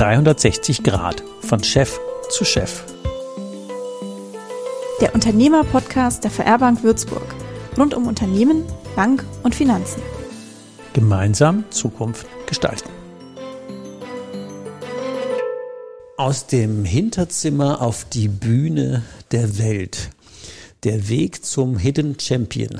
360 Grad, von Chef zu Chef. Der Unternehmer-Podcast der VR-Bank Würzburg. Rund um Unternehmen, Bank und Finanzen. Gemeinsam Zukunft gestalten. Aus dem Hinterzimmer auf die Bühne der Welt. Der Weg zum Hidden Champion.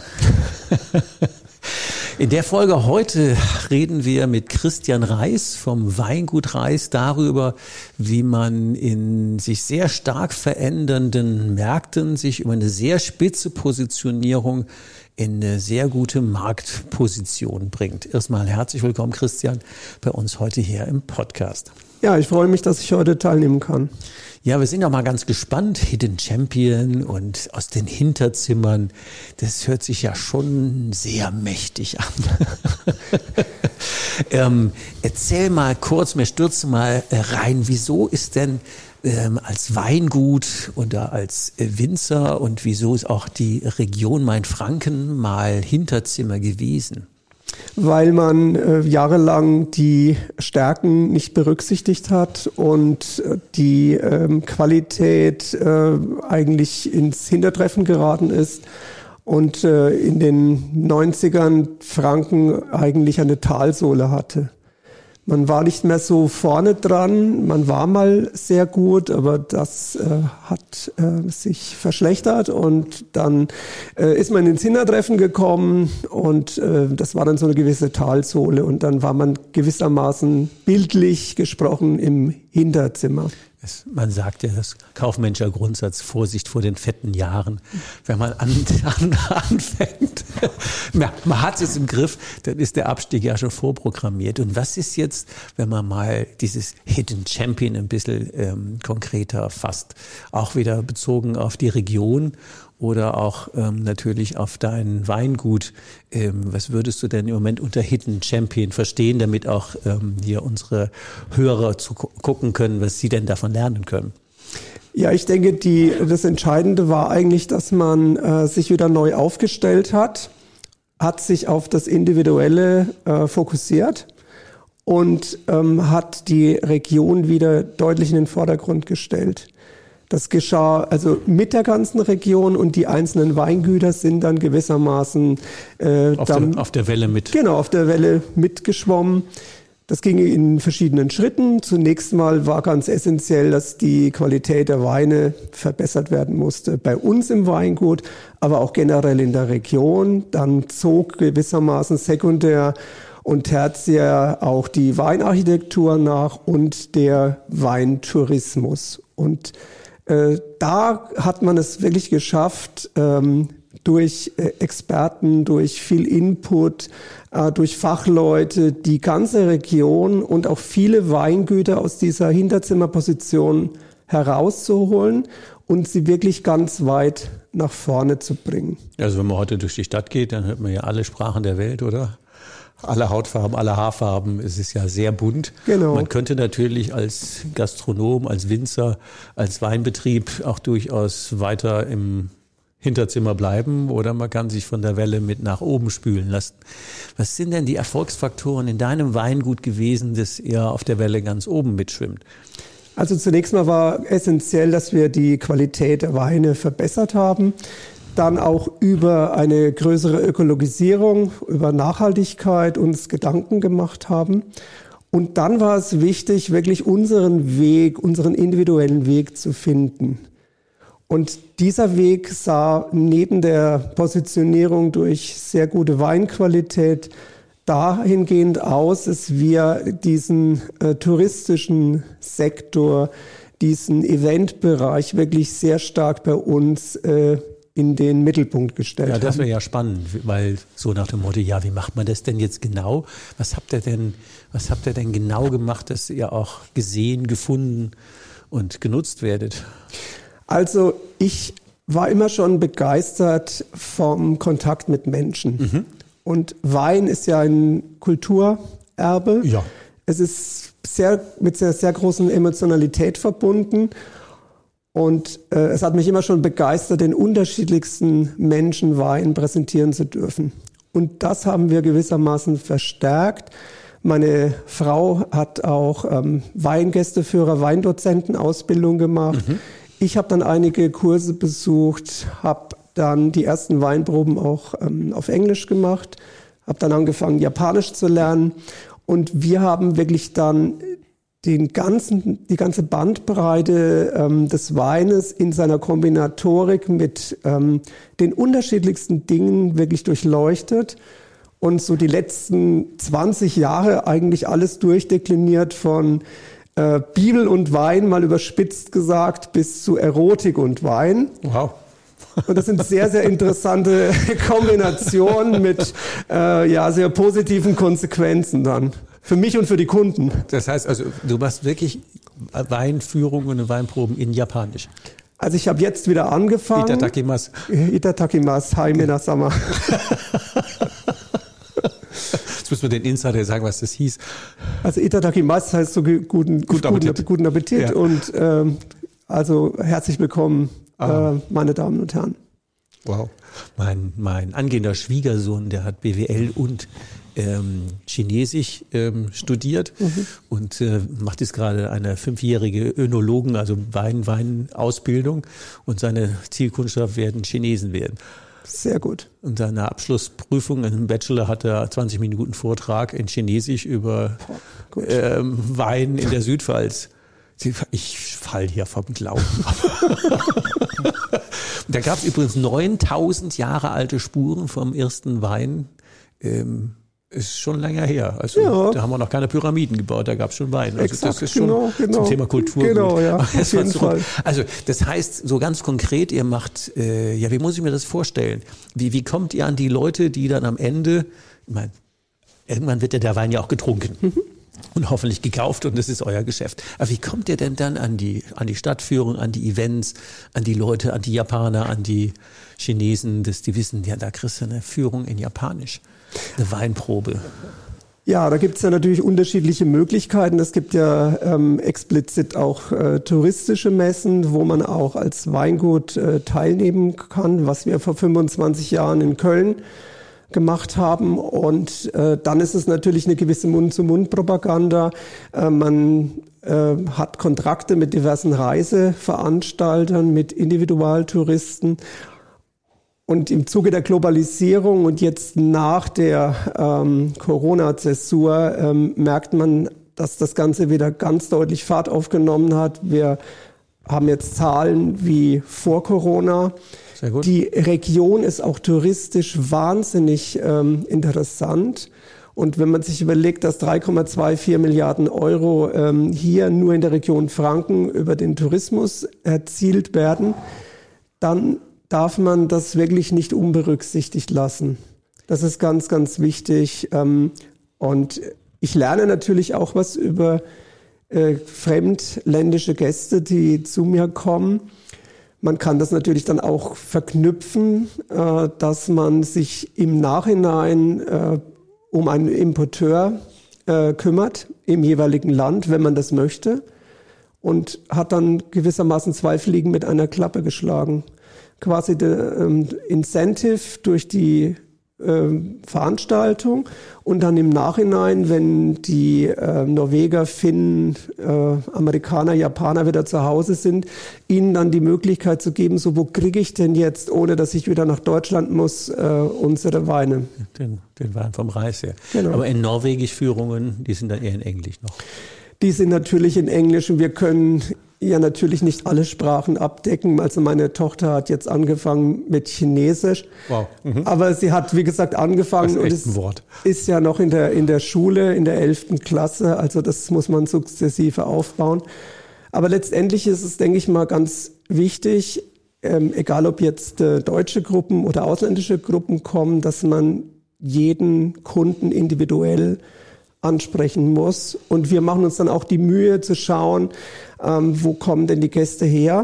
In der Folge heute reden wir mit Christian Reis vom Weingut Reis darüber, wie man in sich sehr stark verändernden Märkten sich über eine sehr spitze Positionierung in eine sehr gute Marktposition bringt. Erstmal herzlich willkommen, Christian, bei uns heute hier im Podcast. Ja, ich freue mich, dass ich heute teilnehmen kann. Ja, wir sind auch mal ganz gespannt. Hidden Champion und aus den Hinterzimmern, das hört sich ja schon sehr mächtig an. Erzähl mal kurz, wir stürzen mal rein, wieso ist denn als Weingut oder als Winzer und wieso ist auch die Region Mainfranken mal Hinterzimmer gewesen? Weil man jahrelang die Stärken nicht berücksichtigt hat und die Qualität eigentlich ins Hintertreffen geraten ist und in den 90ern Franken eigentlich eine Talsohle hatte. Man war nicht mehr so vorne dran, man war mal sehr gut, aber das hat sich verschlechtert und dann ist man ins Hintertreffen gekommen und das war dann so eine gewisse Talsohle und dann war man gewissermaßen bildlich gesprochen im Hinterzimmer. Man sagt ja, das kaufmännischer Grundsatz, Vorsicht vor den fetten Jahren. Wenn man anfängt, man hat es im Griff, dann ist der Abstieg ja schon vorprogrammiert. Und was ist jetzt, wenn man mal dieses Hidden Champion ein bisschen konkreter fasst, auch wieder bezogen auf die Region oder auch natürlich auf dein Weingut. Was würdest du denn im Moment unter Hidden Champion verstehen, damit auch hier unsere Hörer gucken können, was sie denn davon lernen können? Ja, ich denke, das Entscheidende war eigentlich, dass man sich wieder neu aufgestellt hat sich auf das Individuelle fokussiert und hat die Region wieder deutlich in den Vordergrund gestellt. Das geschah also mit der ganzen Region und die einzelnen Weingüter sind dann gewissermaßen auf der Welle mit. Genau, auf der Welle mitgeschwommen. Das ging in verschiedenen Schritten. Zunächst mal war ganz essentiell, dass die Qualität der Weine verbessert werden musste. Bei uns im Weingut, aber auch generell in der Region. Dann zog gewissermaßen sekundär und tertiär auch die Weinarchitektur nach und der Weintourismus. Und da hat man es wirklich geschafft, durch Experten, durch viel Input, durch Fachleute, die ganze Region und auch viele Weingüter aus dieser Hinterzimmerposition herauszuholen und sie wirklich ganz weit nach vorne zu bringen. Also wenn man heute durch die Stadt geht, dann hört man ja alle Sprachen der Welt, oder? Alle Hautfarben, alle Haarfarben, es ist ja sehr bunt. Genau. Man könnte natürlich als Gastronom, als Winzer, als Weinbetrieb auch durchaus weiter im Hinterzimmer bleiben oder man kann sich von der Welle mit nach oben spülen lassen. Was sind denn die Erfolgsfaktoren in deinem Weingut gewesen, dass ihr auf der Welle ganz oben mitschwimmt? Also zunächst mal war essentiell, dass wir die Qualität der Weine verbessert haben. Dann auch über eine größere Ökologisierung, über Nachhaltigkeit uns Gedanken gemacht haben. Und dann war es wichtig, wirklich unseren Weg, unseren individuellen Weg zu finden. Und dieser Weg sah neben der Positionierung durch sehr gute Weinqualität dahingehend aus, dass wir diesen touristischen Sektor, diesen Eventbereich wirklich sehr stark bei uns in den Mittelpunkt gestellt haben. Ja, das wäre ja spannend, weil so nach dem Motto, ja, wie macht man das denn jetzt genau? Was habt ihr denn genau gemacht, dass ihr auch gesehen, gefunden und genutzt werdet? Also ich war immer schon begeistert vom Kontakt mit Menschen. Mhm. Und Wein ist ja ein Kulturerbe. Ja. Es ist mit sehr großen Emotionalität verbunden. Und es hat mich immer schon begeistert, den unterschiedlichsten Menschen Wein präsentieren zu dürfen. Und das haben wir gewissermaßen verstärkt, Meine Frau hat auch Weingästeführer, Weindozentenausbildung gemacht. Ich habe dann einige Kurse besucht, habe dann die ersten Weinproben auch auf Englisch gemacht, habe dann angefangen, Japanisch zu lernen. Und wir haben wirklich dann die ganze Bandbreite des Weines in seiner Kombinatorik mit den unterschiedlichsten Dingen wirklich durchleuchtet und so die letzten 20 Jahre eigentlich alles durchdekliniert von Bibel und Wein, mal überspitzt gesagt, bis zu Erotik und Wein. Wow. Und das sind sehr, sehr interessante Kombinationen mit sehr positiven Konsequenzen dann. Für mich und für die Kunden. Das heißt also, du machst wirklich Weinführungen und Weinproben in Japanisch. Also ich habe jetzt wieder angefangen. Itadakimasu. Itadakimasu, hai minasama. Jetzt müssen wir den Insider sagen, was das hieß. Also Itadakimasu heißt so guten Appetit. Ja. Und also herzlich willkommen, meine Damen und Herren. Wow. Mein angehender Schwiegersohn, der hat BWL und Chinesisch studiert und macht jetzt gerade eine 5-jährige Önologen, also Weinausbildung, und seine Zielkundschaft werden Chinesen werden. Sehr gut. Und seine Abschlussprüfung im Bachelor hat er 20 Minuten Vortrag in Chinesisch über Wein in der Südpfalz. Ich fall hier vom Glauben ab. Da gab es übrigens 9000 Jahre alte Spuren vom ersten Wein. Ist schon länger her. Also da haben wir noch keine Pyramiden gebaut, da gab es schon Wein. Also exakt, das ist schon zum Thema Kultur. Genau, ja, auf jeden Fall. Also das heißt, so ganz konkret, ihr macht, wie muss ich mir das vorstellen? Wie kommt ihr an die Leute, die dann am Ende, ich meine, irgendwann wird ja der Wein ja auch getrunken. Und hoffentlich gekauft, und das ist euer Geschäft. Aber wie kommt ihr denn dann an die Stadtführung, an die Events, an die Leute, an die Japaner, an die Chinesen, dass die wissen, ja, da kriegst du eine Führung in Japanisch, eine Weinprobe? Ja, da gibt es ja natürlich unterschiedliche Möglichkeiten. Es gibt ja explizit auch touristische Messen, wo man auch als Weingut teilnehmen kann, was wir vor 25 Jahren in Köln gemacht haben. Und dann ist es natürlich eine gewisse Mund-zu-Mund-Propaganda. Man hat Kontrakte mit diversen Reiseveranstaltern, mit Individualtouristen. Und im Zuge der Globalisierung und jetzt nach der Corona-Zäsur merkt man, dass das Ganze wieder ganz deutlich Fahrt aufgenommen hat. Wir haben jetzt Zahlen wie vor Corona. Sehr gut. Die Region ist auch touristisch wahnsinnig interessant. Und wenn man sich überlegt, dass 3,24 Milliarden Euro hier nur in der Region Franken über den Tourismus erzielt werden, dann darf man das wirklich nicht unberücksichtigt lassen. Das ist ganz, ganz wichtig. Und ich lerne natürlich auch was über fremdländische Gäste, die zu mir kommen. Man kann das natürlich dann auch verknüpfen, dass man sich im Nachhinein um einen Importeur kümmert im jeweiligen Land, wenn man das möchte, und hat dann gewissermaßen 2 Fliegen mit einer Klappe geschlagen. Quasi der Incentive durch die Veranstaltung und dann im Nachhinein, wenn die Norweger, Finnen, Amerikaner, Japaner wieder zu Hause sind, ihnen dann die Möglichkeit zu geben, so wo kriege ich denn jetzt, ohne dass ich wieder nach Deutschland muss, unsere Weine. Den Wein vom Reis her. Genau. Aber in Norwegisch Führungen, die sind dann eher in Englisch noch. Die sind natürlich in Englisch und wir können ja natürlich nicht alle Sprachen abdecken. Also meine Tochter hat jetzt angefangen mit Chinesisch. Wow. Aber sie hat, wie gesagt, angefangen und es ist ja noch in der Schule, in der 11. Klasse. Also das muss man sukzessive aufbauen. Aber letztendlich ist es, denke ich mal, ganz wichtig, egal ob jetzt deutsche Gruppen oder ausländische Gruppen kommen, dass man jeden Kunden individuell ansprechen muss. Und wir machen uns dann auch die Mühe zu schauen, wo kommen denn die Gäste her?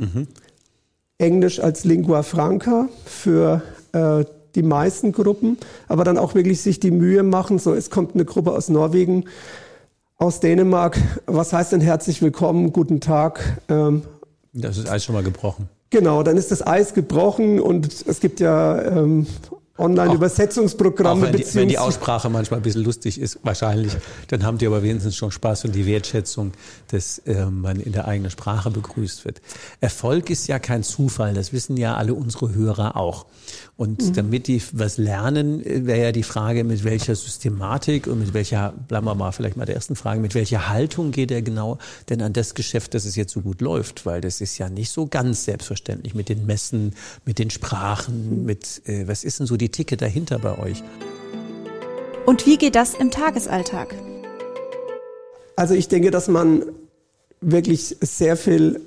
Englisch als Lingua Franca für die meisten Gruppen, aber dann auch wirklich sich die Mühe machen, so es kommt eine Gruppe aus Norwegen, aus Dänemark, was heißt denn herzlich willkommen, guten Tag? Das ist Eis schon mal gebrochen. Genau, dann ist das Eis gebrochen und es gibt ja Online-Übersetzungsprogramme. Wenn die Aussprache manchmal ein bisschen lustig ist, wahrscheinlich, dann haben die aber wenigstens schon Spaß und die Wertschätzung, dass man in der eigenen Sprache begrüßt wird. Erfolg ist ja kein Zufall, das wissen ja alle unsere Hörer auch. Und damit die was lernen, wäre ja die Frage, mit welcher Systematik und mit welcher, bleiben wir mal vielleicht mal der ersten Frage, mit welcher Haltung geht er genau denn an das Geschäft, dass es jetzt so gut läuft? Weil das ist ja nicht so ganz selbstverständlich mit den Messen, mit den Sprachen, mit was ist denn so die Ticke dahinter bei euch? Und wie geht das im Tagesalltag? Also ich denke, dass man wirklich sehr viel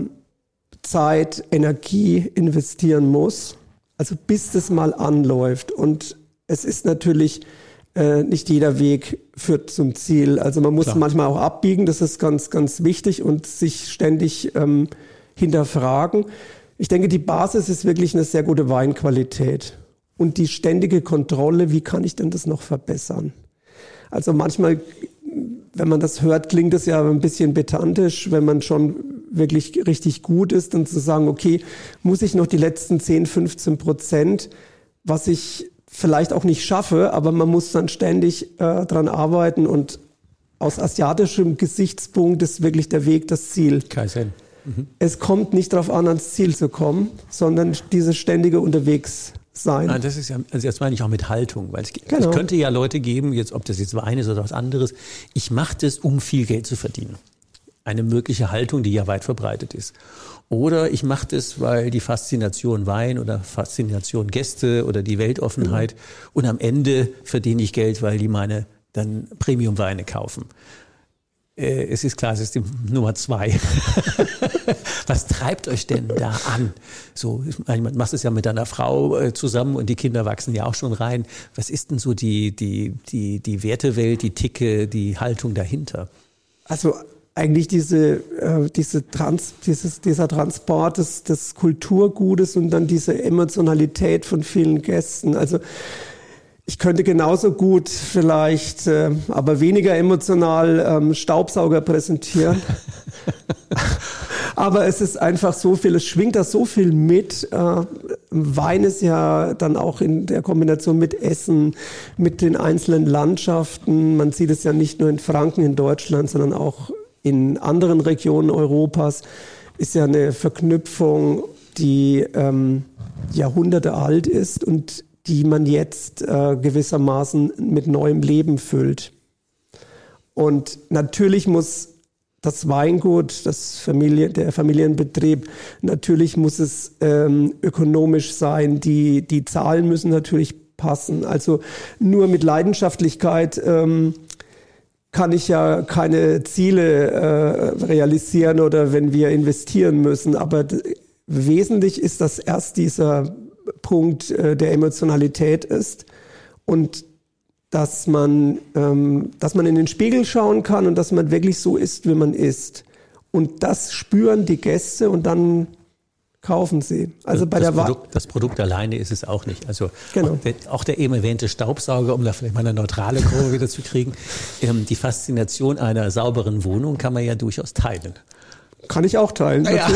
Zeit, Energie investieren muss, also bis das mal anläuft. Und es ist natürlich nicht jeder Weg führt zum Ziel. Also man muss manchmal auch abbiegen, das ist ganz, ganz wichtig und sich ständig hinterfragen. Ich denke, die Basis ist wirklich eine sehr gute Weinqualität und die ständige Kontrolle, wie kann ich denn das noch verbessern? Also manchmal, wenn man das hört, klingt es ja ein bisschen pedantisch, wenn man schon wirklich richtig gut ist, dann zu sagen, okay, muss ich noch die letzten 10-15%, was ich vielleicht auch nicht schaffe, aber man muss dann ständig dran arbeiten und aus asiatischem Gesichtspunkt ist wirklich der Weg das Ziel. Kaizen. Es kommt nicht darauf an, ans Ziel zu kommen, sondern dieses ständige Unterwegssein. Nein, das ist ja, also das meine ich auch mit Haltung, weil es könnte ja Leute geben, jetzt ob das jetzt Wein ist oder was anderes, ich mache das, um viel Geld zu verdienen. Eine mögliche Haltung, die ja weit verbreitet ist. Oder ich mache das, weil die Faszination Wein oder Faszination Gäste oder die Weltoffenheit und am Ende verdiene ich Geld, weil die meine dann Premium-Weine kaufen. Es ist klar, es ist die Nummer 2. Was treibt euch denn da an? So, man macht es ja mit einer Frau zusammen und die Kinder wachsen ja auch schon rein. Was ist denn so die Wertewelt, die Ticke, die Haltung dahinter? Also eigentlich dieser Transport des Kulturgutes und dann diese Emotionalität von vielen Gästen. Also ich könnte genauso gut vielleicht, aber weniger emotional Staubsauger präsentieren. Aber es ist einfach so viel, es schwingt da so viel mit. Wein ist ja dann auch in der Kombination mit Essen, mit den einzelnen Landschaften. Man sieht es ja nicht nur in Franken, in Deutschland, sondern auch in anderen Regionen Europas. Ist ja eine Verknüpfung, die Jahrhunderte alt ist und die man jetzt gewissermaßen mit neuem Leben füllt. Und natürlich muss das Weingut, der Familienbetrieb, natürlich muss es ökonomisch sein. Die Zahlen müssen natürlich passen. Also nur mit Leidenschaftlichkeit kann ich ja keine Ziele realisieren oder wenn wir investieren müssen. Aber wesentlich ist, dass erst dieser Punkt der Emotionalität ist und dass man in den Spiegel schauen kann und dass man wirklich so ist, wie man ist. Und das spüren die Gäste und dann kaufen sie. Also das Produkt alleine ist es auch nicht. Also genau. Auch der eben erwähnte Staubsauger, um da vielleicht mal eine neutrale Kurve wieder zu kriegen. Die Faszination einer sauberen Wohnung kann man ja durchaus teilen. Kann ich auch teilen. Ja.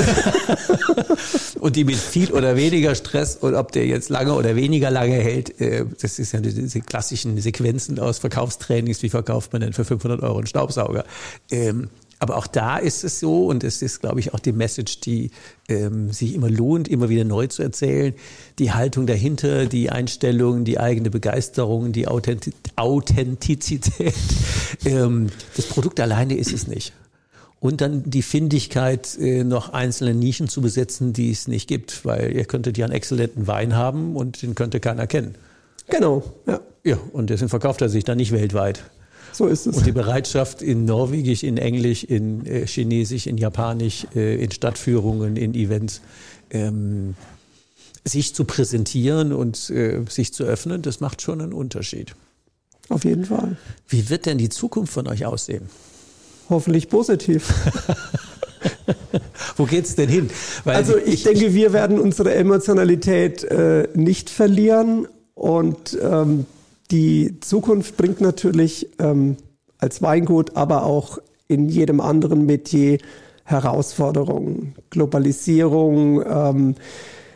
Und die mit viel oder weniger Stress und ob der jetzt lange oder weniger lange hält, das ist ja diese klassischen Sequenzen aus Verkaufstrainings. Wie verkauft man denn für 500 € einen Staubsauger? Aber auch da ist es so, und es ist, glaube ich, auch die Message, die sich immer lohnt, immer wieder neu zu erzählen. Die Haltung dahinter, die Einstellung, die eigene Begeisterung, die Authentizität. Das Produkt alleine ist es nicht. Und dann die Findigkeit, noch einzelne Nischen zu besetzen, die es nicht gibt. Weil ihr könntet ja einen exzellenten Wein haben und den könnte keiner kennen. Genau, ja. Ja, und deswegen verkauft er sich dann nicht weltweit. So ist es. Und die Bereitschaft in Norwegisch, in Englisch, in Chinesisch, in Japanisch, in Stadtführungen, in Events, sich zu präsentieren und sich zu öffnen, das macht schon einen Unterschied. Auf jeden Fall. Wie wird denn die Zukunft von euch aussehen? Hoffentlich positiv. Wo geht's denn hin? Weil also ich denke, wir werden unsere Emotionalität nicht verlieren und die Zukunft bringt natürlich als Weingut, aber auch in jedem anderen Metier Herausforderungen. Globalisierung,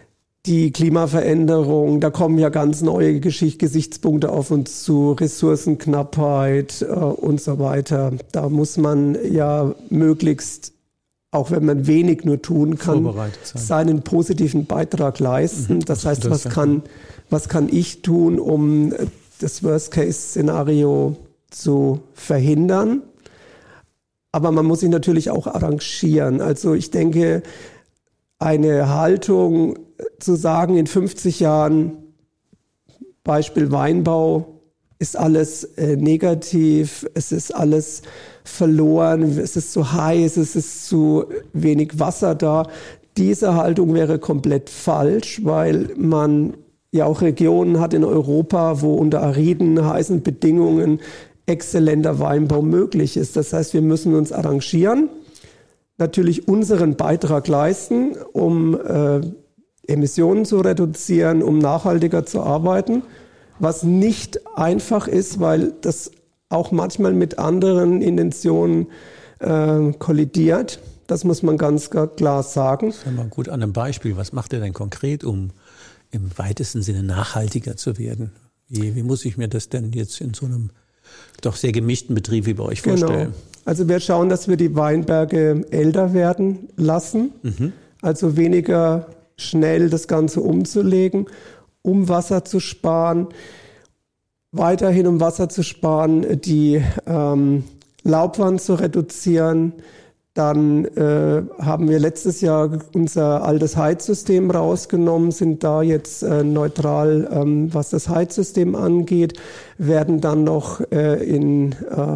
die Klimaveränderung, da kommen ja ganz neue Gesichtspunkte auf uns zu, Ressourcenknappheit und so weiter. Da muss man ja möglichst, auch wenn man wenig nur tun kann, seinen positiven Beitrag leisten. Das heißt, was kann ich tun, um das Worst-Case-Szenario zu verhindern? Aber man muss sich natürlich auch arrangieren. Also ich denke, eine Haltung zu sagen, in 50 Jahren, Beispiel Weinbau, ist alles negativ, es ist alles verloren, es ist zu heiß, es ist zu wenig Wasser da. Diese Haltung wäre komplett falsch, weil man ja auch Regionen hat in Europa, wo unter ariden, heißen Bedingungen exzellenter Weinbau möglich ist. Das heißt, wir müssen uns arrangieren, natürlich unseren Beitrag leisten, um Emissionen zu reduzieren, um nachhaltiger zu arbeiten, was nicht einfach ist, weil das auch manchmal mit anderen Intentionen kollidiert. Das muss man ganz klar sagen. Das ist ja mal gut an einem Beispiel. Was macht ihr denn konkret, um im weitesten Sinne nachhaltiger zu werden? Wie muss ich mir das denn jetzt in so einem doch sehr gemischten Betrieb wie bei euch vorstellen? Genau. Also wir schauen, dass wir die Weinberge älter werden lassen, also weniger schnell das Ganze umzulegen, um Wasser zu sparen. Weiterhin, um Wasser zu sparen, die Laubwand zu reduzieren. Dann haben wir letztes Jahr unser altes Heizsystem rausgenommen, sind da jetzt neutral, was das Heizsystem angeht, werden dann noch in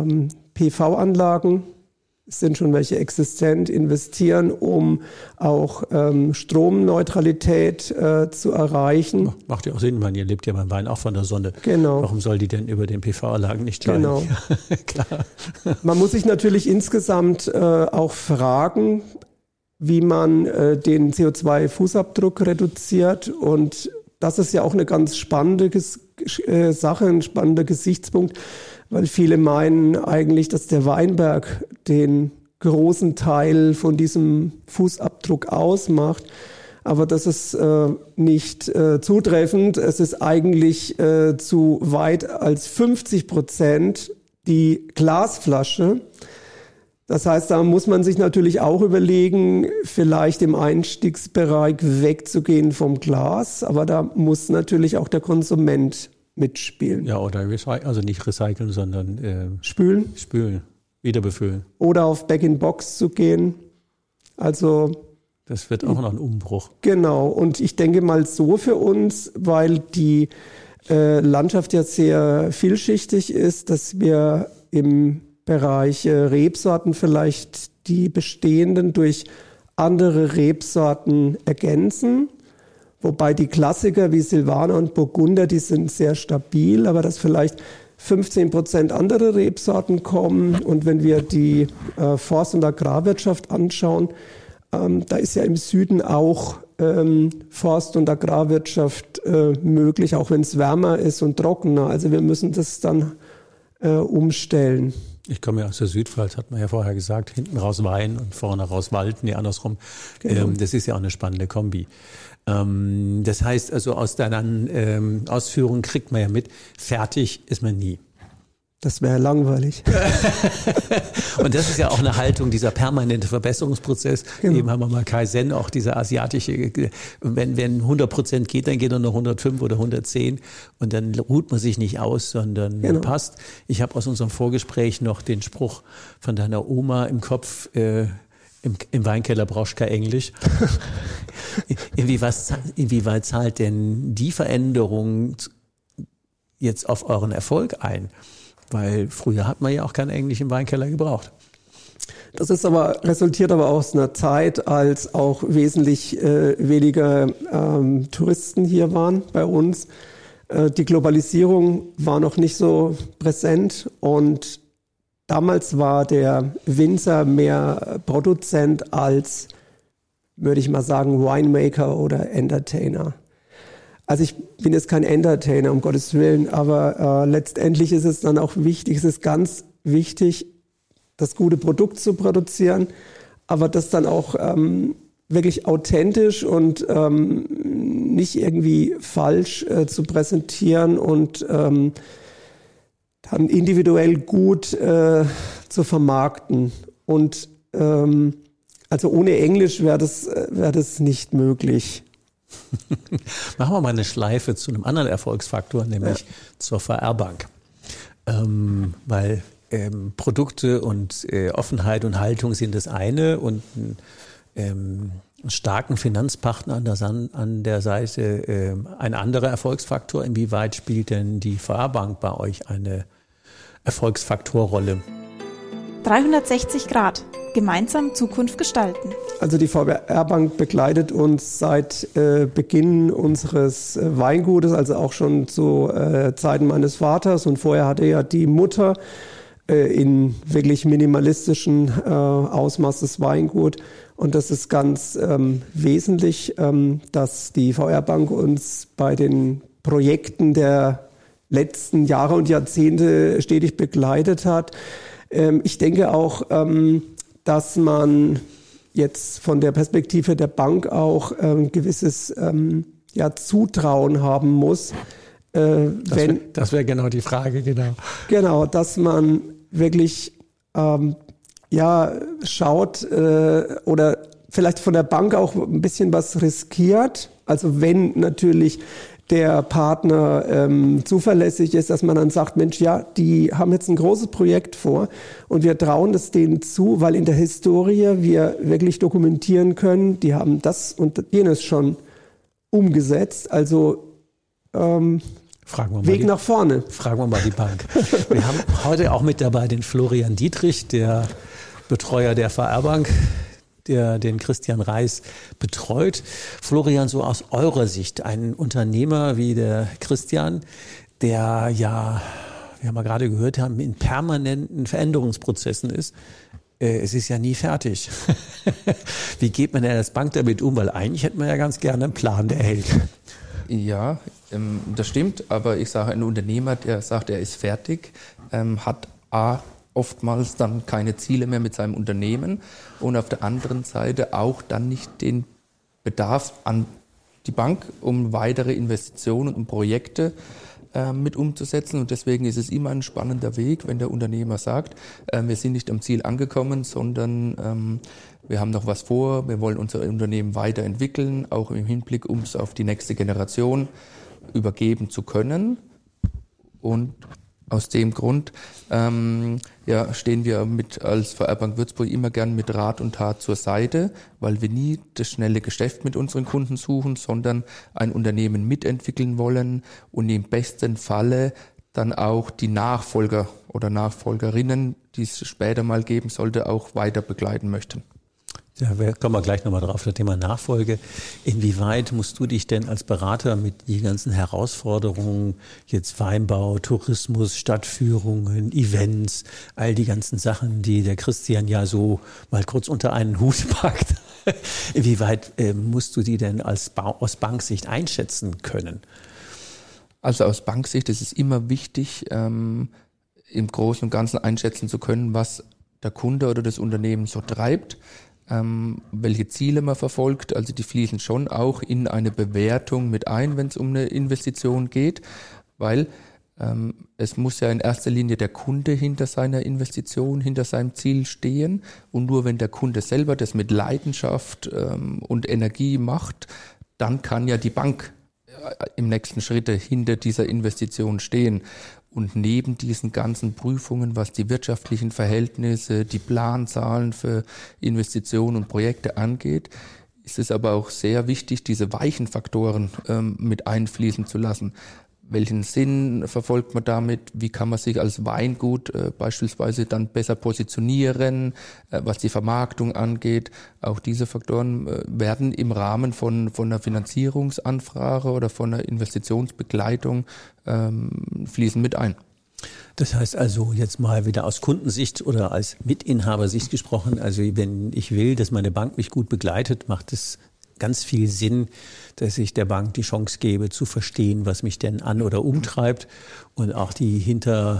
PV-Anlagen, es sind schon welche existent, investieren, um auch Stromneutralität zu erreichen. Macht ja auch Sinn, weil ihr lebt ja beim Wein auch von der Sonne. Genau. Warum soll die denn über den PV-Anlagen nicht steigen? Genau. Klar. Man muss sich natürlich insgesamt auch fragen, wie man den CO2-Fußabdruck reduziert. Und das ist ja auch eine ganz spannende Sache, ein spannender Gesichtspunkt, weil viele meinen eigentlich, dass der Weinberg den großen Teil von diesem Fußabdruck ausmacht. Aber das ist nicht zutreffend. Es ist eigentlich zu weit als 50% die Glasflasche. Das heißt, da muss man sich natürlich auch überlegen, vielleicht im Einstiegsbereich wegzugehen vom Glas. Aber da muss natürlich auch der Konsument mitspielen. Ja, oder also nicht recyceln, sondern spülen, wieder befüllen. Oder auf Back-in-Box zu gehen. Also das wird auch noch ein Umbruch. Genau. Und ich denke mal so für uns, weil die Landschaft ja sehr vielschichtig ist, dass wir im Bereich Rebsorten vielleicht die bestehenden durch andere Rebsorten ergänzen. Wobei die Klassiker wie Silvaner und Burgunder, die sind sehr stabil, aber dass vielleicht 15% andere Rebsorten kommen. Und wenn wir die Forst- und Agrarwirtschaft anschauen, da ist ja im Süden auch Forst- und Agrarwirtschaft möglich, auch wenn es wärmer ist und trockener. Also wir müssen das dann umstellen. Ich komme ja aus der Südpfalz, hat man ja vorher gesagt, hinten raus Wein und vorne raus Wald, nee, andersrum. Genau. Das ist ja auch eine spannende Kombi. Das heißt also, aus deinen Ausführungen kriegt man ja mit, fertig ist man nie. Das wäre langweilig. Und das ist ja auch eine Haltung, dieser permanente Verbesserungsprozess. Genau. Eben haben wir mal Kaizen, auch dieser asiatische, wenn 100% geht, dann geht er noch 105 oder 110 und dann ruht man sich nicht aus, sondern passt. Ich habe aus unserem Vorgespräch noch den Spruch von deiner Oma im Kopf, im Weinkeller brauchst du kein Englisch. Inwieweit zahlt denn die Veränderung jetzt auf euren Erfolg ein? Weil früher hat man ja auch kein Englisch im Weinkeller gebraucht. Das ist resultiert aber aus einer Zeit, als auch wesentlich weniger Touristen hier waren bei uns. Die Globalisierung war noch nicht so präsent und damals war der Winzer mehr Produzent als, würde ich mal sagen, Winemaker oder Entertainer. Also ich bin jetzt kein Entertainer, um Gottes Willen, aber letztendlich ist es dann auch wichtig, es ist ganz wichtig, das gute Produkt zu produzieren, aber das dann auch wirklich authentisch und nicht irgendwie falsch zu präsentieren und dann individuell gut zu vermarkten. Und also ohne Englisch wäre das nicht möglich. Machen wir mal eine Schleife zu einem anderen Erfolgsfaktor, nämlich zur VR-Bank. Weil Produkte und Offenheit und Haltung sind das eine und einen starken Finanzpartner an der Seite ein anderer Erfolgsfaktor. Inwieweit spielt denn die VR-Bank bei euch eine Erfolgsfaktorrolle? 360 Grad. Gemeinsam Zukunft gestalten. Also die VR-Bank begleitet uns seit Beginn unseres Weingutes, also auch schon zu Zeiten meines Vaters. Und vorher hatte ja die Mutter in wirklich minimalistischen Ausmaß das Weingut. Und das ist ganz wesentlich, dass die VR-Bank uns bei den Projekten der letzten Jahre und Jahrzehnte stetig begleitet hat. Ich denke auch, dass man jetzt von der Perspektive der Bank auch ein gewisses Zutrauen haben muss. Das wäre genau die Frage, genau. Genau, dass man wirklich schaut oder vielleicht von der Bank auch ein bisschen was riskiert. Also wenn natürlich der Partner zuverlässig ist, dass man dann sagt, Mensch, ja, die haben jetzt ein großes Projekt vor und wir trauen es denen zu, weil in der Historie wir wirklich dokumentieren können, die haben das und jenes schon umgesetzt. Also Weg nach vorne. Fragen wir mal die Bank. Wir haben heute auch mit dabei den Florian Dietrich, der Betreuer der VR-Bank, der den Christian Reis betreut. Florian, so aus eurer Sicht, ein Unternehmer wie der Christian, der ja, wie wir gerade gehört haben, in permanenten Veränderungsprozessen ist. Es ist ja nie fertig. Wie geht man denn als Bank damit um? Weil eigentlich hätte man ja ganz gerne einen Plan, der hält. Ja, das stimmt, aber ich sage, ein Unternehmer, der sagt, er ist fertig, hat oftmals dann keine Ziele mehr mit seinem Unternehmen und auf der anderen Seite auch dann nicht den Bedarf an die Bank, um weitere Investitionen und Projekte mit umzusetzen. Und deswegen ist es immer ein spannender Weg, wenn der Unternehmer sagt, wir sind nicht am Ziel angekommen, sondern wir haben noch was vor, wir wollen unser Unternehmen weiterentwickeln, auch im Hinblick, um es auf die nächste Generation übergeben zu können. Und aus dem Grund stehen wir als VR-Bank Würzburg immer gern mit Rat und Tat zur Seite, weil wir nie das schnelle Geschäft mit unseren Kunden suchen, sondern ein Unternehmen mitentwickeln wollen und im besten Falle dann auch die Nachfolger oder Nachfolgerinnen, die es später mal geben sollte, auch weiter begleiten möchten. Ja, wir kommen wir gleich nochmal drauf, das Thema Nachfolge. Inwieweit musst du dich denn als Berater mit den ganzen Herausforderungen, jetzt Weinbau, Tourismus, Stadtführungen, Events, all die ganzen Sachen, die der Christian ja so mal kurz unter einen Hut packt, inwieweit musst du die denn aus Banksicht einschätzen können? Also aus Banksicht ist es immer wichtig, im Großen und Ganzen einschätzen zu können, was der Kunde oder das Unternehmen so treibt. Welche Ziele man verfolgt, also die fließen schon auch in eine Bewertung mit ein, wenn es um eine Investition geht, weil es muss ja in erster Linie der Kunde hinter seiner Investition, hinter seinem Ziel stehen und nur wenn der Kunde selber das mit Leidenschaft und Energie macht, dann kann ja die Bank im nächsten Schritt hinter dieser Investition stehen. Und neben diesen ganzen Prüfungen, was die wirtschaftlichen Verhältnisse, die Planzahlen für Investitionen und Projekte angeht, ist es aber auch sehr wichtig, diese weichen Faktoren mit einfließen zu lassen. Welchen Sinn verfolgt man damit? Wie kann man sich als Weingut beispielsweise dann besser positionieren, was die Vermarktung angeht? Auch diese Faktoren werden im Rahmen von einer Finanzierungsanfrage oder von einer Investitionsbegleitung fließen mit ein. Das heißt also jetzt mal wieder aus Kundensicht oder als Mitinhabersicht gesprochen, also wenn ich will, dass meine Bank mich gut begleitet, macht es ganz viel Sinn, dass ich der Bank die Chance gebe, zu verstehen, was mich denn an- oder umtreibt und auch die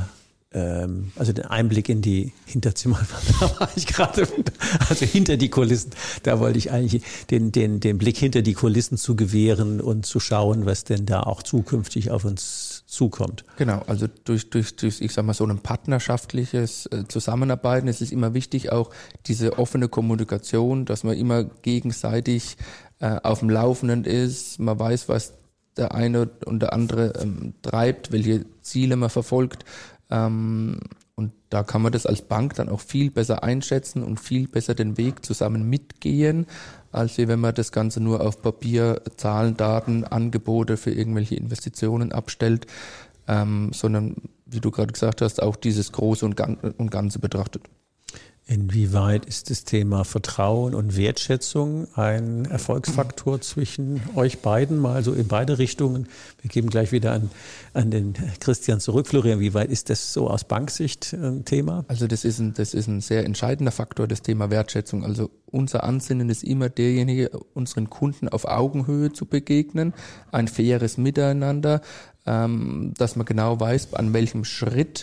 also den Einblick in die Hinterzimmer, da war ich gerade, also hinter die Kulissen, da wollte ich eigentlich den Blick hinter die Kulissen zu gewähren und zu schauen, was denn da auch zukünftig auf uns zukommt. Genau, also durch ich sag mal, so ein partnerschaftliches Zusammenarbeiten ist es immer wichtig, auch diese offene Kommunikation, dass man immer gegenseitig auf dem Laufenden ist, man weiß, was der eine und der andere treibt, welche Ziele man verfolgt. Und da kann man das als Bank dann auch viel besser einschätzen und viel besser den Weg zusammen mitgehen, als wenn man das Ganze nur auf Papier, Zahlen, Daten, Angebote für irgendwelche Investitionen abstellt, sondern, wie du gerade gesagt hast, auch dieses Große und Ganze betrachtet. Inwieweit ist das Thema Vertrauen und Wertschätzung ein Erfolgsfaktor zwischen euch beiden, mal so in beide Richtungen? Wir geben gleich wieder an den Christian zurück. Florian, wie weit ist das so aus Banksicht ein Thema? Also das ist ein sehr entscheidender Faktor, das Thema Wertschätzung. Also unser Ansinnen ist immer derjenige, unseren Kunden auf Augenhöhe zu begegnen, ein faires Miteinander, dass man genau weiß, an welchem Schritt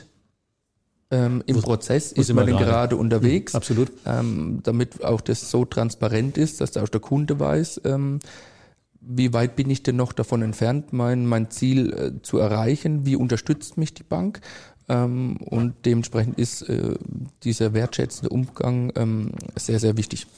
im Prozess ist man denn gerade unterwegs, absolut. Damit auch das so transparent ist, dass auch der Kunde weiß, wie weit bin ich denn noch davon entfernt, mein Ziel zu erreichen, wie unterstützt mich die Bank, und dementsprechend ist dieser wertschätzende Umgang sehr, sehr wichtig.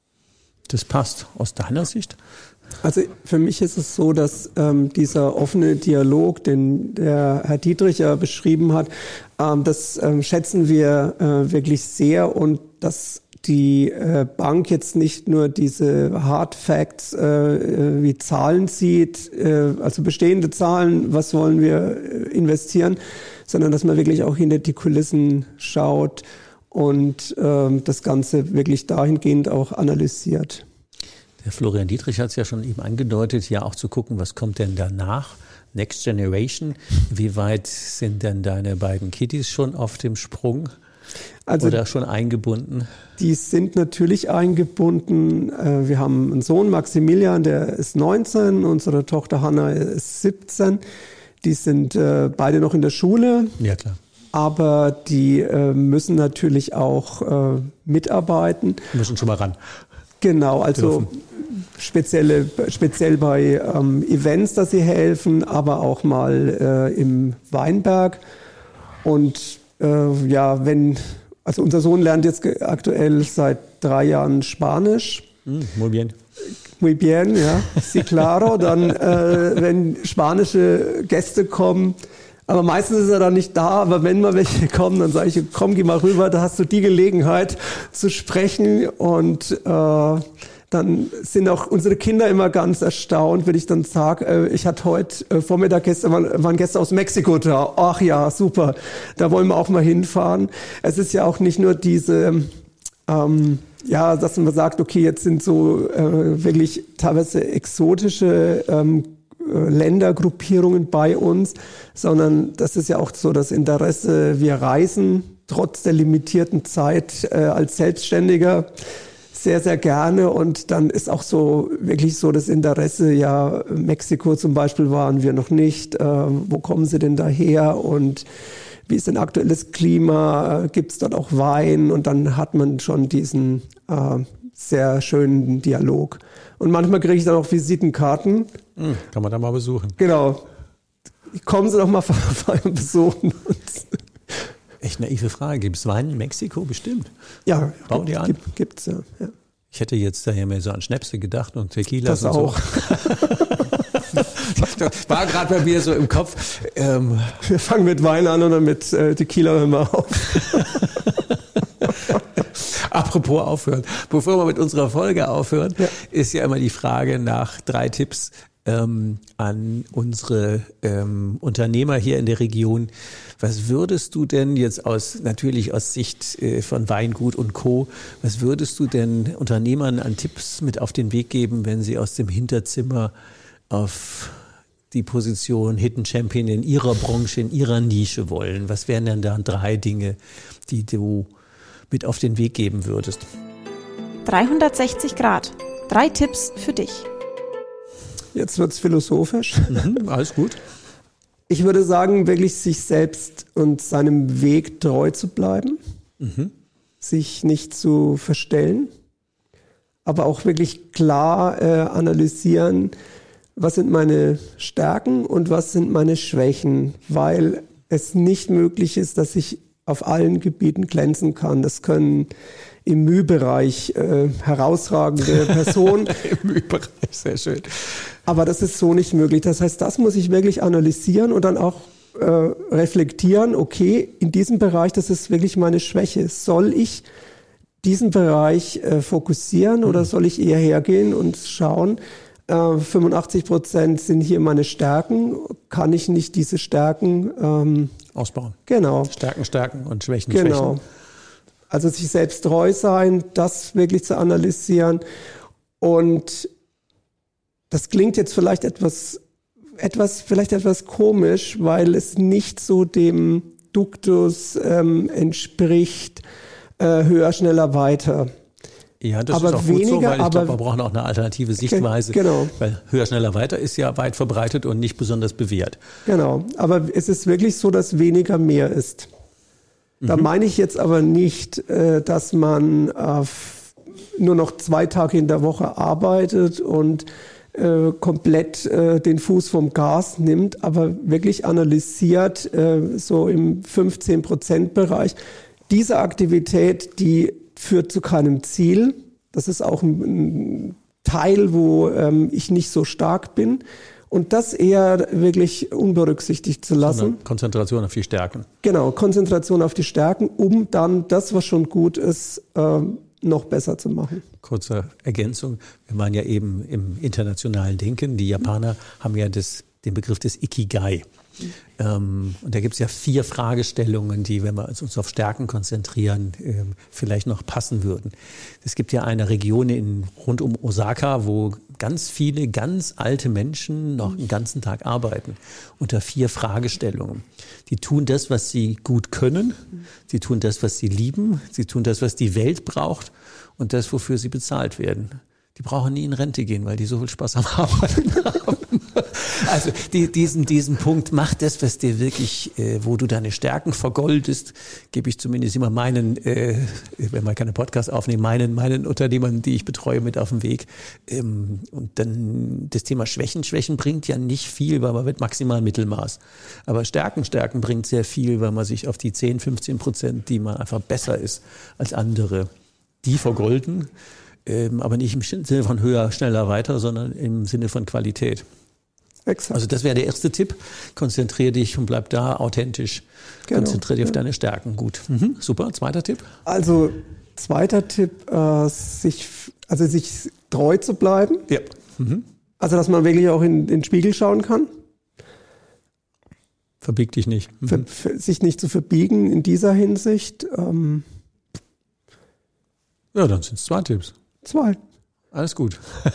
Das passt aus deiner Sicht? Also für mich ist es so, dass dieser offene Dialog, den der Herr Dietrich ja beschrieben hat, das schätzen wir wirklich sehr, und dass die Bank jetzt nicht nur diese Hard Facts wie Zahlen sieht, also bestehende Zahlen, was wollen wir investieren, sondern dass man wirklich auch hinter die Kulissen schaut und das Ganze wirklich dahingehend auch analysiert. Der Florian Dietrich hat es ja schon eben angedeutet, ja auch zu gucken, was kommt denn danach? Next Generation. Wie weit sind denn deine beiden Kiddies schon auf dem Sprung oder schon eingebunden? Die sind natürlich eingebunden. Wir haben einen Sohn, Maximilian, der ist 19, unsere Tochter Hanna ist 17. Die sind beide noch in der Schule. Ja, klar. Aber die müssen natürlich auch mitarbeiten. Die müssen schon mal ran. Genau, also speziell bei Events, dass sie helfen, aber auch mal im Weinberg. Und also unser Sohn lernt jetzt aktuell seit 3 Jahren Spanisch. Muy bien. Muy bien, ja, sí claro. Dann, wenn spanische Gäste kommen, aber meistens ist er dann nicht da, aber wenn mal welche kommen, dann sage ich, komm, geh mal rüber, da hast du die Gelegenheit zu sprechen. Und dann sind auch unsere Kinder immer ganz erstaunt, wenn ich dann sage, ich hatte heute Vormittag waren Gäste aus Mexiko da. Ach ja, super, da wollen wir auch mal hinfahren. Es ist ja auch nicht nur diese, dass man sagt, okay, jetzt sind so wirklich teilweise exotische Ländergruppierungen bei uns, sondern das ist ja auch so das Interesse, wir reisen trotz der limitierten Zeit als Selbstständiger sehr, sehr gerne, und dann ist auch so wirklich so das Interesse, ja, Mexiko zum Beispiel waren wir noch nicht, wo kommen Sie denn daher und wie ist denn aktuelles Klima, gibt es dort auch Wein, und dann hat man schon diesen sehr schönen Dialog. Und manchmal kriege ich dann auch Visitenkarten. Kann man da mal besuchen. Genau. Kommen Sie doch mal besuchen uns. Echt naive Frage. Gibt es Wein in Mexiko? Bestimmt. Ja, bauen die an? Gibt's ja. Ich hätte jetzt daher mehr so an Schnäpse gedacht und Tequila. Das und auch. So. War gerade bei mir so im Kopf. Wir fangen mit Wein an und dann mit Tequila hören wir auf. Apropos aufhören. Bevor wir mit unserer Folge aufhören, ist ja immer die Frage nach 3 Tipps an unsere Unternehmer hier in der Region. Was würdest du denn jetzt natürlich aus Sicht von Weingut und Co., was würdest du denn Unternehmern an Tipps mit auf den Weg geben, wenn sie aus dem Hinterzimmer auf die Position Hidden Champion in ihrer Branche, in ihrer Nische wollen? Was wären denn da 3 Dinge, die du mit auf den Weg geben würdest? 360 Grad. 3 Tipps für dich. Jetzt wird's philosophisch. Alles gut. Ich würde sagen, wirklich sich selbst und seinem Weg treu zu bleiben, sich nicht zu verstellen, aber auch wirklich klar analysieren, was sind meine Stärken und was sind meine Schwächen, weil es nicht möglich ist, dass ich auf allen Gebieten glänzen kann. Das können im Mühbereich herausragende Personen. Im Mühbereich, sehr schön. Aber das ist so nicht möglich. Das heißt, das muss ich wirklich analysieren und dann auch reflektieren, okay, in diesem Bereich, das ist wirklich meine Schwäche. Soll ich diesen Bereich fokussieren oder soll ich eher hergehen und schauen, 85% sind hier meine Stärken, kann ich nicht diese Stärken ausbauen? Genau. Stärken und Schwächen. Genau. Also sich selbst treu sein, das wirklich zu analysieren. Und das klingt jetzt vielleicht etwas komisch, weil es nicht so dem Duktus entspricht, höher, schneller, weiter. Ja, das aber ist auch weniger, gut so, weil ich glaube, wir brauchen auch eine alternative Sichtweise. Genau. Weil höher, schneller, weiter ist ja weit verbreitet und nicht besonders bewährt. Genau, aber es ist wirklich so, dass weniger mehr ist. Da meine ich jetzt aber nicht, dass man nur noch 2 Tage in der Woche arbeitet und komplett den Fuß vom Gas nimmt, aber wirklich analysiert, so im 15%-Bereich. Diese Aktivität, die führt zu keinem Ziel. Das ist auch ein Teil, wo ich nicht so stark bin. Und das eher wirklich unberücksichtigt zu lassen. Konzentration auf die Stärken. Genau, Konzentration auf die Stärken, um dann das, was schon gut ist, noch besser zu machen. Kurze Ergänzung. Wir waren ja eben im internationalen Denken. Die Japaner haben ja den Begriff des Ikigai. Und da gibt es ja 4 Fragestellungen, die, wenn wir uns auf Stärken konzentrieren, vielleicht noch passen würden. Es gibt ja eine Region rund um Osaka, wo ganz viele ganz alte Menschen noch den ganzen Tag arbeiten. Unter 4 Fragestellungen. Die tun das, was sie gut können. Sie tun das, was sie lieben. Sie tun das, was die Welt braucht. Und das, wofür sie bezahlt werden. Die brauchen nie in Rente gehen, weil die so viel Spaß am Arbeiten haben. Also diesen Punkt, mach das, was dir wirklich, wo du deine Stärken vergoldest, gebe ich zumindest immer meinen, wenn wir keine Podcasts aufnehmen, meinen Unternehmern, die ich betreue, mit auf den Weg. Und dann das Thema Schwächen bringt ja nicht viel, weil man wird maximal Mittelmaß. Aber Stärken bringt sehr viel, weil man sich auf die 10-15%, die man einfach besser ist als andere, die vergolden. Aber nicht im Sinne von höher, schneller, weiter, sondern im Sinne von Qualität. Exakt. Also das wäre der erste Tipp. Konzentriere dich und bleib da authentisch. Genau. Konzentriere dich auf deine Stärken. Gut. Super. Zweiter Tipp? Also zweiter Tipp, sich treu zu bleiben. Ja. Also dass man wirklich auch in den Spiegel schauen kann. Verbieg dich nicht. Sich nicht zu verbiegen in dieser Hinsicht. Ja, dann sind es 2 Tipps. 2. Alles gut.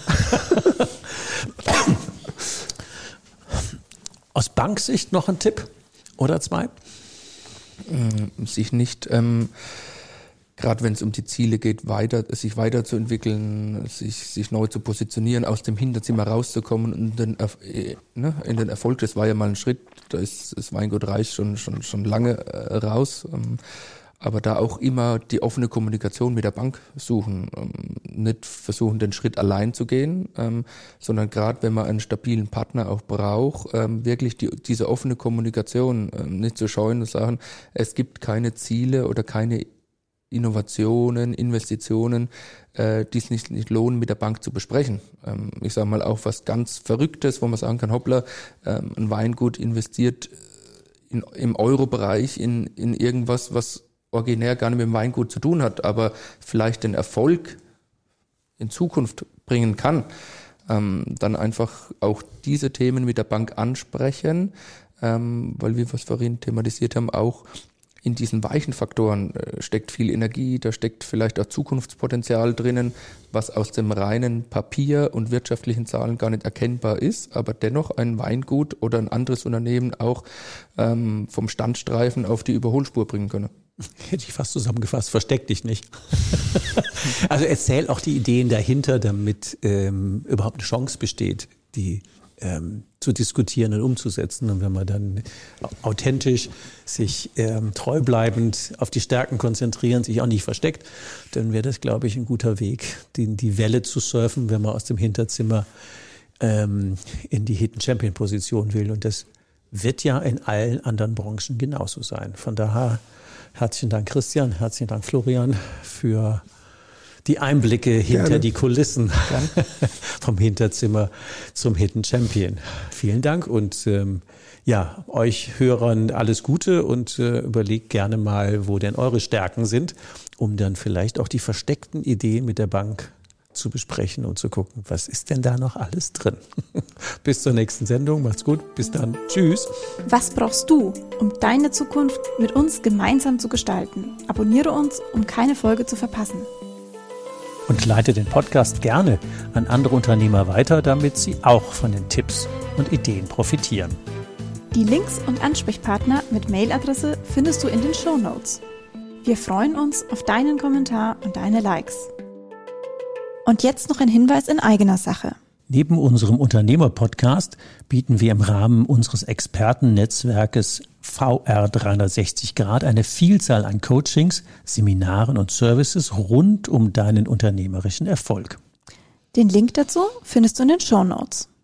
Aus Banksicht noch ein Tipp oder 2? Sich nicht, gerade wenn es um die Ziele geht, sich weiterzuentwickeln, sich neu zu positionieren, aus dem Hinterzimmer rauszukommen und in den Erfolg. Das war ja mal ein Schritt, da ist das Weingut Reich schon lange raus. Aber da auch immer die offene Kommunikation mit der Bank suchen. Nicht versuchen, den Schritt allein zu gehen, sondern gerade wenn man einen stabilen Partner auch braucht, wirklich diese offene Kommunikation nicht zu scheuen und sagen, es gibt keine Ziele oder keine Innovationen, Investitionen, die es nicht lohnen, mit der Bank zu besprechen. Ich sage mal auch was ganz Verrücktes, wo man sagen kann, hoppla, ein Weingut investiert im Euro-Bereich in irgendwas, was originär gar nicht mit dem Weingut zu tun hat, aber vielleicht den Erfolg in Zukunft bringen kann, dann einfach auch diese Themen mit der Bank ansprechen, weil wir, was vorhin thematisiert haben, auch in diesen weichen Faktoren steckt viel Energie, da steckt vielleicht auch Zukunftspotenzial drinnen, was aus dem reinen Papier und wirtschaftlichen Zahlen gar nicht erkennbar ist, aber dennoch ein Weingut oder ein anderes Unternehmen auch vom Standstreifen auf die Überholspur bringen können. Hätte ich fast zusammengefasst, versteck dich nicht. Also erzähl auch die Ideen dahinter, damit überhaupt eine Chance besteht, die zu diskutieren und umzusetzen. Und wenn man dann authentisch, sich treu bleibend auf die Stärken konzentrieren, sich auch nicht versteckt, dann wäre das, glaube ich, ein guter Weg, die Welle zu surfen, wenn man aus dem Hinterzimmer in die Hidden Champion Position will. Und das wird ja in allen anderen Branchen genauso sein. Von daher herzlichen Dank, Christian, herzlichen Dank, Florian, für die Einblicke hinter die Kulissen vom Hinterzimmer zum Hidden Champion. Vielen Dank und euch Hörern alles Gute und überlegt gerne mal, wo denn eure Stärken sind, um dann vielleicht auch die versteckten Ideen mit der Bank zu besprechen und zu gucken, was ist denn da noch alles drin. Bis zur nächsten Sendung. Macht's gut. Bis dann. Tschüss. Was brauchst du, um deine Zukunft mit uns gemeinsam zu gestalten? Abonniere uns, um keine Folge zu verpassen. Und leite den Podcast gerne an andere Unternehmer weiter, damit sie auch von den Tipps und Ideen profitieren. Die Links und Ansprechpartner mit Mailadresse findest du in den Shownotes. Wir freuen uns auf deinen Kommentar und deine Likes. Und jetzt noch ein Hinweis in eigener Sache. Neben unserem Unternehmer-Podcast bieten wir im Rahmen unseres Expertennetzwerkes VR 360 Grad eine Vielzahl an Coachings, Seminaren und Services rund um deinen unternehmerischen Erfolg. Den Link dazu findest du in den Shownotes.